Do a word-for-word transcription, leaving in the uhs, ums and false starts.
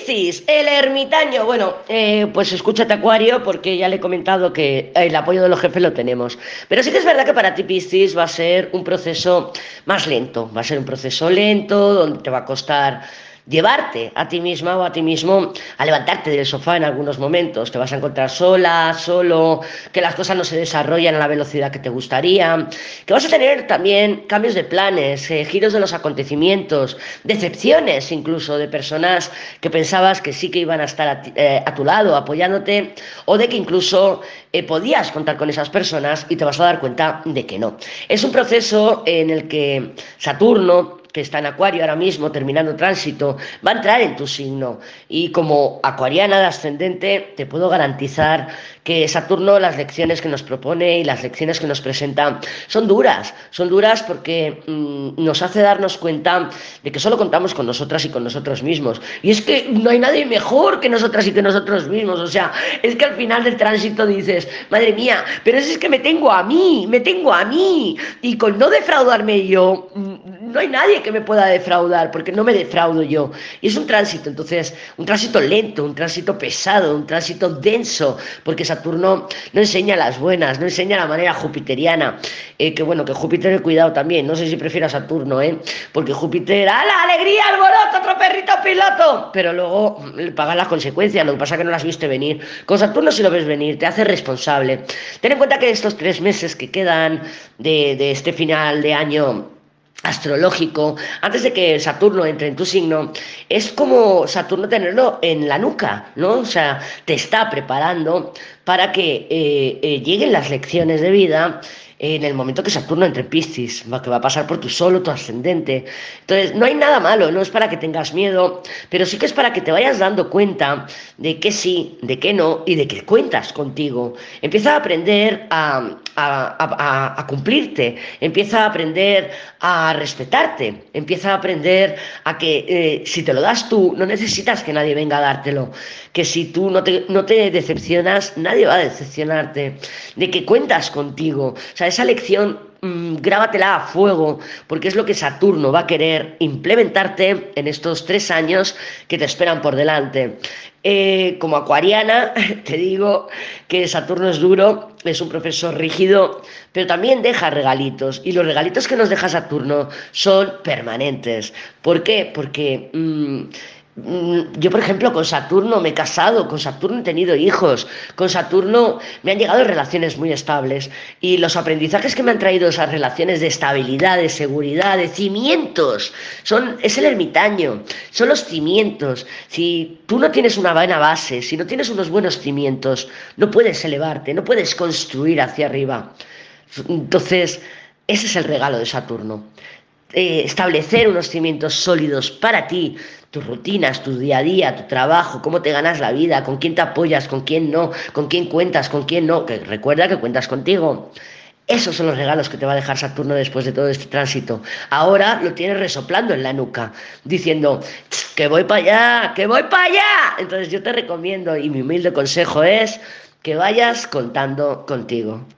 Piscis, el ermitaño. Bueno, eh, pues escúchate Acuario porque ya le he comentado que el apoyo de los jefes lo tenemos. Pero sí que es verdad que para ti Piscis va a ser un proceso más lento. Va a ser un proceso lento donde te va a costar llevarte a ti misma o a ti mismo a levantarte del sofá en algunos momentos. Te vas a encontrar sola, solo, que las cosas no se desarrollan a la velocidad que te gustaría, que vas a tener también cambios de planes, eh, giros de los acontecimientos, decepciones incluso de personas que pensabas que sí que iban a estar a, ti- eh, a tu lado apoyándote o de que incluso eh, podías contar con esas personas y te vas a dar cuenta de que no. Es un proceso en el que Saturno, que está en Acuario ahora mismo, terminando tránsito, va a entrar en tu signo. Y como acuariana de ascendente, te puedo garantizar que Saturno, las lecciones que nos propone y las lecciones que nos presenta son duras. Son duras porque mmm, nos hace darnos cuenta de que solo contamos con nosotras y con nosotros mismos. Y es que no hay nadie mejor que nosotras y que nosotros mismos. O sea, es que al final del tránsito dices, madre mía, pero es que me tengo a mí, me tengo a mí. Y con no defraudarme yo, no hay nadie que me pueda defraudar, porque no me defraudo yo. Y es un tránsito, entonces, un tránsito lento, un tránsito pesado, un tránsito denso, porque Saturno no enseña las buenas, no enseña la manera jupiteriana. Eh, que bueno, que Júpiter, cuidado también, no sé si prefiero a Saturno, ¿eh? Porque Júpiter, ¡ala, alegría, alboroto, otro perrito piloto! Pero luego le pagan las consecuencias, lo que pasa es que no las viste venir. Con Saturno si lo ves venir, te hace responsable. Ten en cuenta que estos tres meses que quedan de, de este final de año astrológico, antes de que Saturno entre en tu signo, es como Saturno tenerlo en la nuca, ¿no? O sea, te está preparando para que eh, eh, lleguen las lecciones de vida en el momento que Saturno entre en Piscis, que va a pasar por tu solo, tu ascendente. Entonces, no hay nada malo, no es para que tengas miedo, pero sí que es para que te vayas dando cuenta de que sí, de que no y de que cuentas contigo. Empieza a aprender a, a, a, a cumplirte, empieza a aprender a respetarte, empieza a aprender a que eh, si te lo das tú, no necesitas que nadie venga a dártelo, que si tú no te, no te decepcionas, nadie va a decepcionarte, de que cuentas contigo. O sea, esa lección mmm, grábatela a fuego, porque es lo que Saturno va a querer implementarte en estos tres años que te esperan por delante. Eh, como acuariana, te digo que Saturno es duro, es un profesor rígido, pero también deja regalitos. Y los regalitos que nos deja Saturno son permanentes. ¿Por qué? Porque mmm, yo, por ejemplo, con Saturno me he casado, con Saturno he tenido hijos, con Saturno me han llegado relaciones muy estables y los aprendizajes que me han traído esas relaciones de estabilidad, de seguridad, de cimientos, son, es el ermitaño, son los cimientos. Si tú no tienes una buena base, si no tienes unos buenos cimientos, no puedes elevarte, no puedes construir hacia arriba. Entonces, ese es el regalo de Saturno. Eh, establecer unos cimientos sólidos para ti, tus rutinas, tu día a día, tu trabajo, cómo te ganas la vida, con quién te apoyas, con quién no, con quién cuentas, con quién no, que recuerda que cuentas contigo. Esos son los regalos que te va a dejar Saturno después de todo este tránsito. Ahora lo tienes resoplando en la nuca, diciendo que voy para allá, que voy para allá. Entonces yo te recomiendo y mi humilde consejo es que vayas contando contigo.